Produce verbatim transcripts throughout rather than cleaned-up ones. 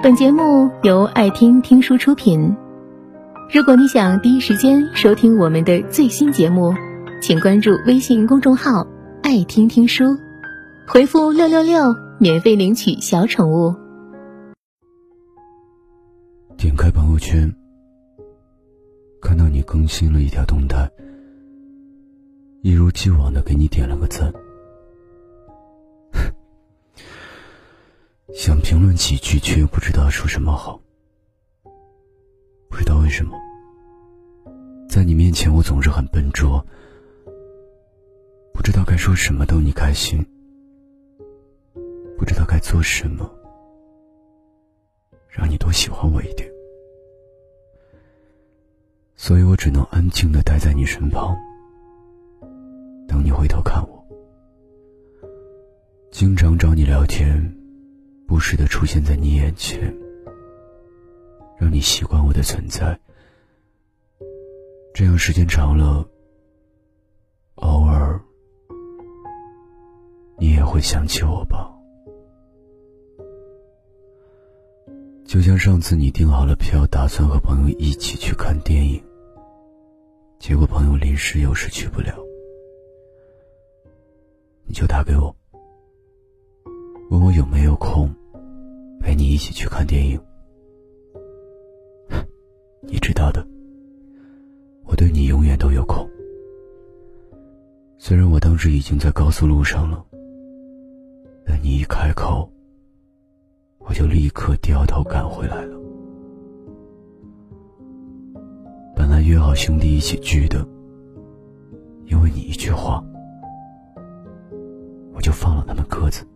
本节目由爱听听书出品。如果你想第一时间收听我们的最新节目，请关注微信公众号爱听听书，回复六六六免费领取小宠物。 点开朋友圈，看到你更新了一条动态，一如既往的给你点了个赞。想评论几句，却又不知道说什么好。不知道为什么，在你面前我总是很笨拙，不知道该说什么逗你开心，不知道该做什么让你多喜欢我一点。所以我只能安静地待在你身旁，等你回头看我。经常找你聊天，不时地出现在你眼前，让你习惯我的存在。这样时间长了，偶尔你也会想起我吧。就像上次你订好了票，打算和朋友一起去看电影，结果朋友临时有事去不了，你就打给我，问我有没有空陪你一起去看电影。你知道的，我对你永远都有空。虽然我当时已经在高速路上了，但你一开口，我就立刻掉头赶回来了。本来约好兄弟一起聚的，因为你一句话，我就放了他们鸽子。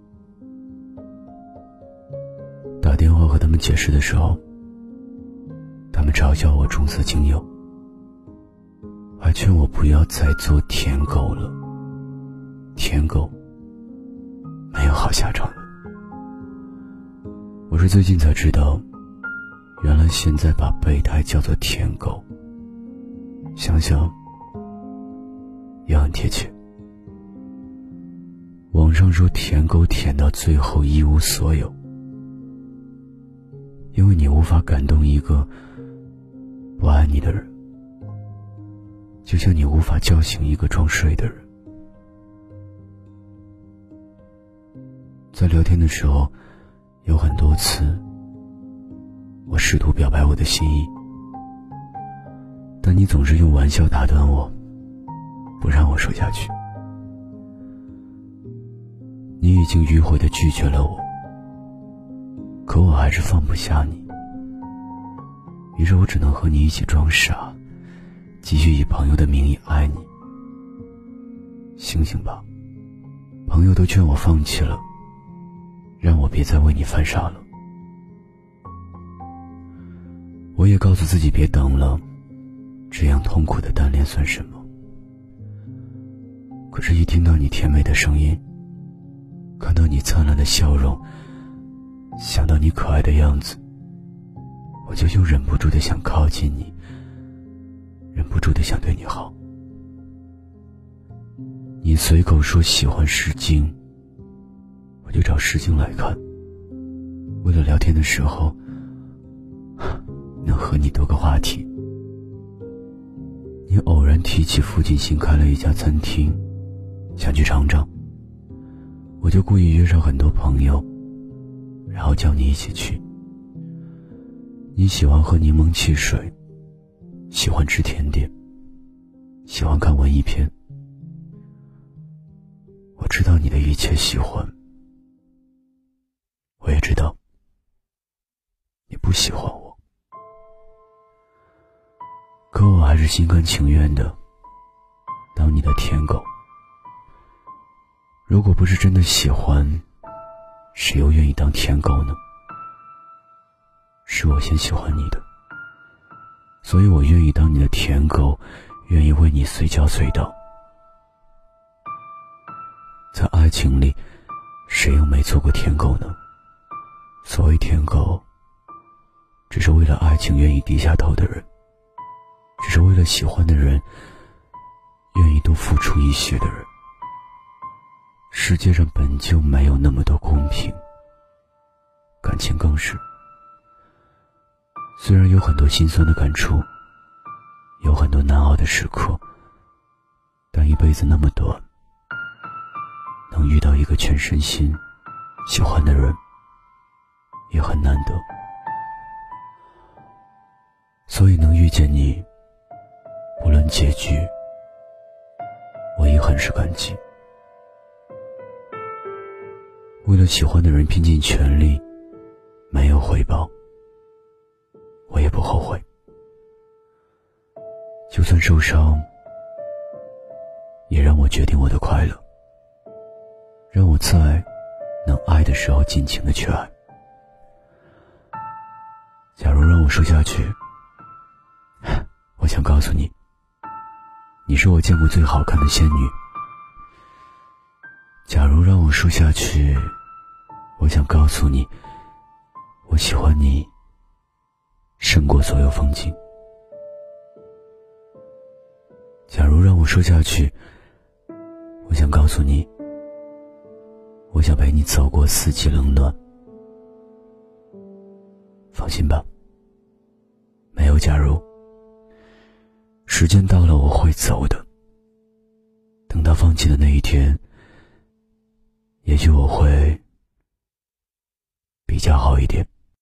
打电话和他们解释的时候，他们嘲笑我重色轻友，还劝我不要再做舔狗了，舔狗没有好下场了。我是最近才知道，原来现在把备胎叫做舔狗，想想也很贴切。网上说舔狗舔到最后一无所有，因为你无法感动一个不爱你的人，就像你无法叫醒一个装睡的人。在聊天的时候，有很多次我试图表白我的心意，但你总是用玩笑打断我，不让我说下去。你已经迂回地拒绝了我，可我还是放不下你，于是我只能和你一起装傻，继续以朋友的名义爱你。醒醒吧，朋友都劝我放弃了，让我别再为你犯傻了。我也告诉自己别等了，这样痛苦的单恋算什么？可是一听到你甜美的声音，看到你灿烂的笑容，想到你可爱的样子，我就又忍不住的想靠近你，忍不住的想对你好。你随口说喜欢诗经，我就找诗经来看，为了聊天的时候能和你多个话题。你偶然提起附近新开了一家餐厅，想去尝尝，我就故意约上很多朋友，然后叫你一起去。你喜欢喝柠檬汽水，喜欢吃甜点，喜欢看文艺片。我知道你的一切喜欢，我也知道你不喜欢我，可我还是心甘情愿的当你的舔狗。如果不是真的喜欢，谁又愿意当舔狗呢？是我先喜欢你的，所以我愿意当你的舔狗，愿意为你随叫随到。在爱情里，谁又没做过舔狗呢？所谓舔狗，只是为了爱情愿意低下头的人，只是为了喜欢的人愿意多付出一些的人。世界上本就没有那么多公平，感情更是。 虽然有很多心酸的感触，有很多难熬的时刻，但一辈子那么短，能遇到一个全身心喜欢的人也很难得，所以能遇见你，不论结局，我已很是感激。为了喜欢的人拼尽全力，没有回报，我也不后悔。就算受伤，也让我决定我的快乐，让我在能爱的时候尽情的去爱。假如让我说下去，我想告诉你，你是我见过最好看的仙女。假如让我说下去，我想告诉你，我喜欢你胜过所有风景。假如让我说下去，我想告诉你，我想陪你走过四季冷暖。放心吧，没有假如，时间到了我会走的。等到放弃的那一天，也许我会比较好一点。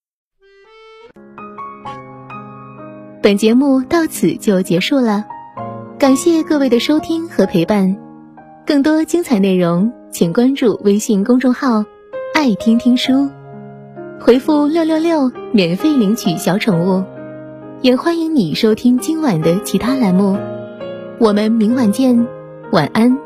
本节目到此就结束了，感谢各位的收听和陪伴。更多精彩内容请关注微信公众号爱听听书，回复六六六免费领取小宠物。也欢迎你收听今晚的其他栏目，我们明晚见，晚安。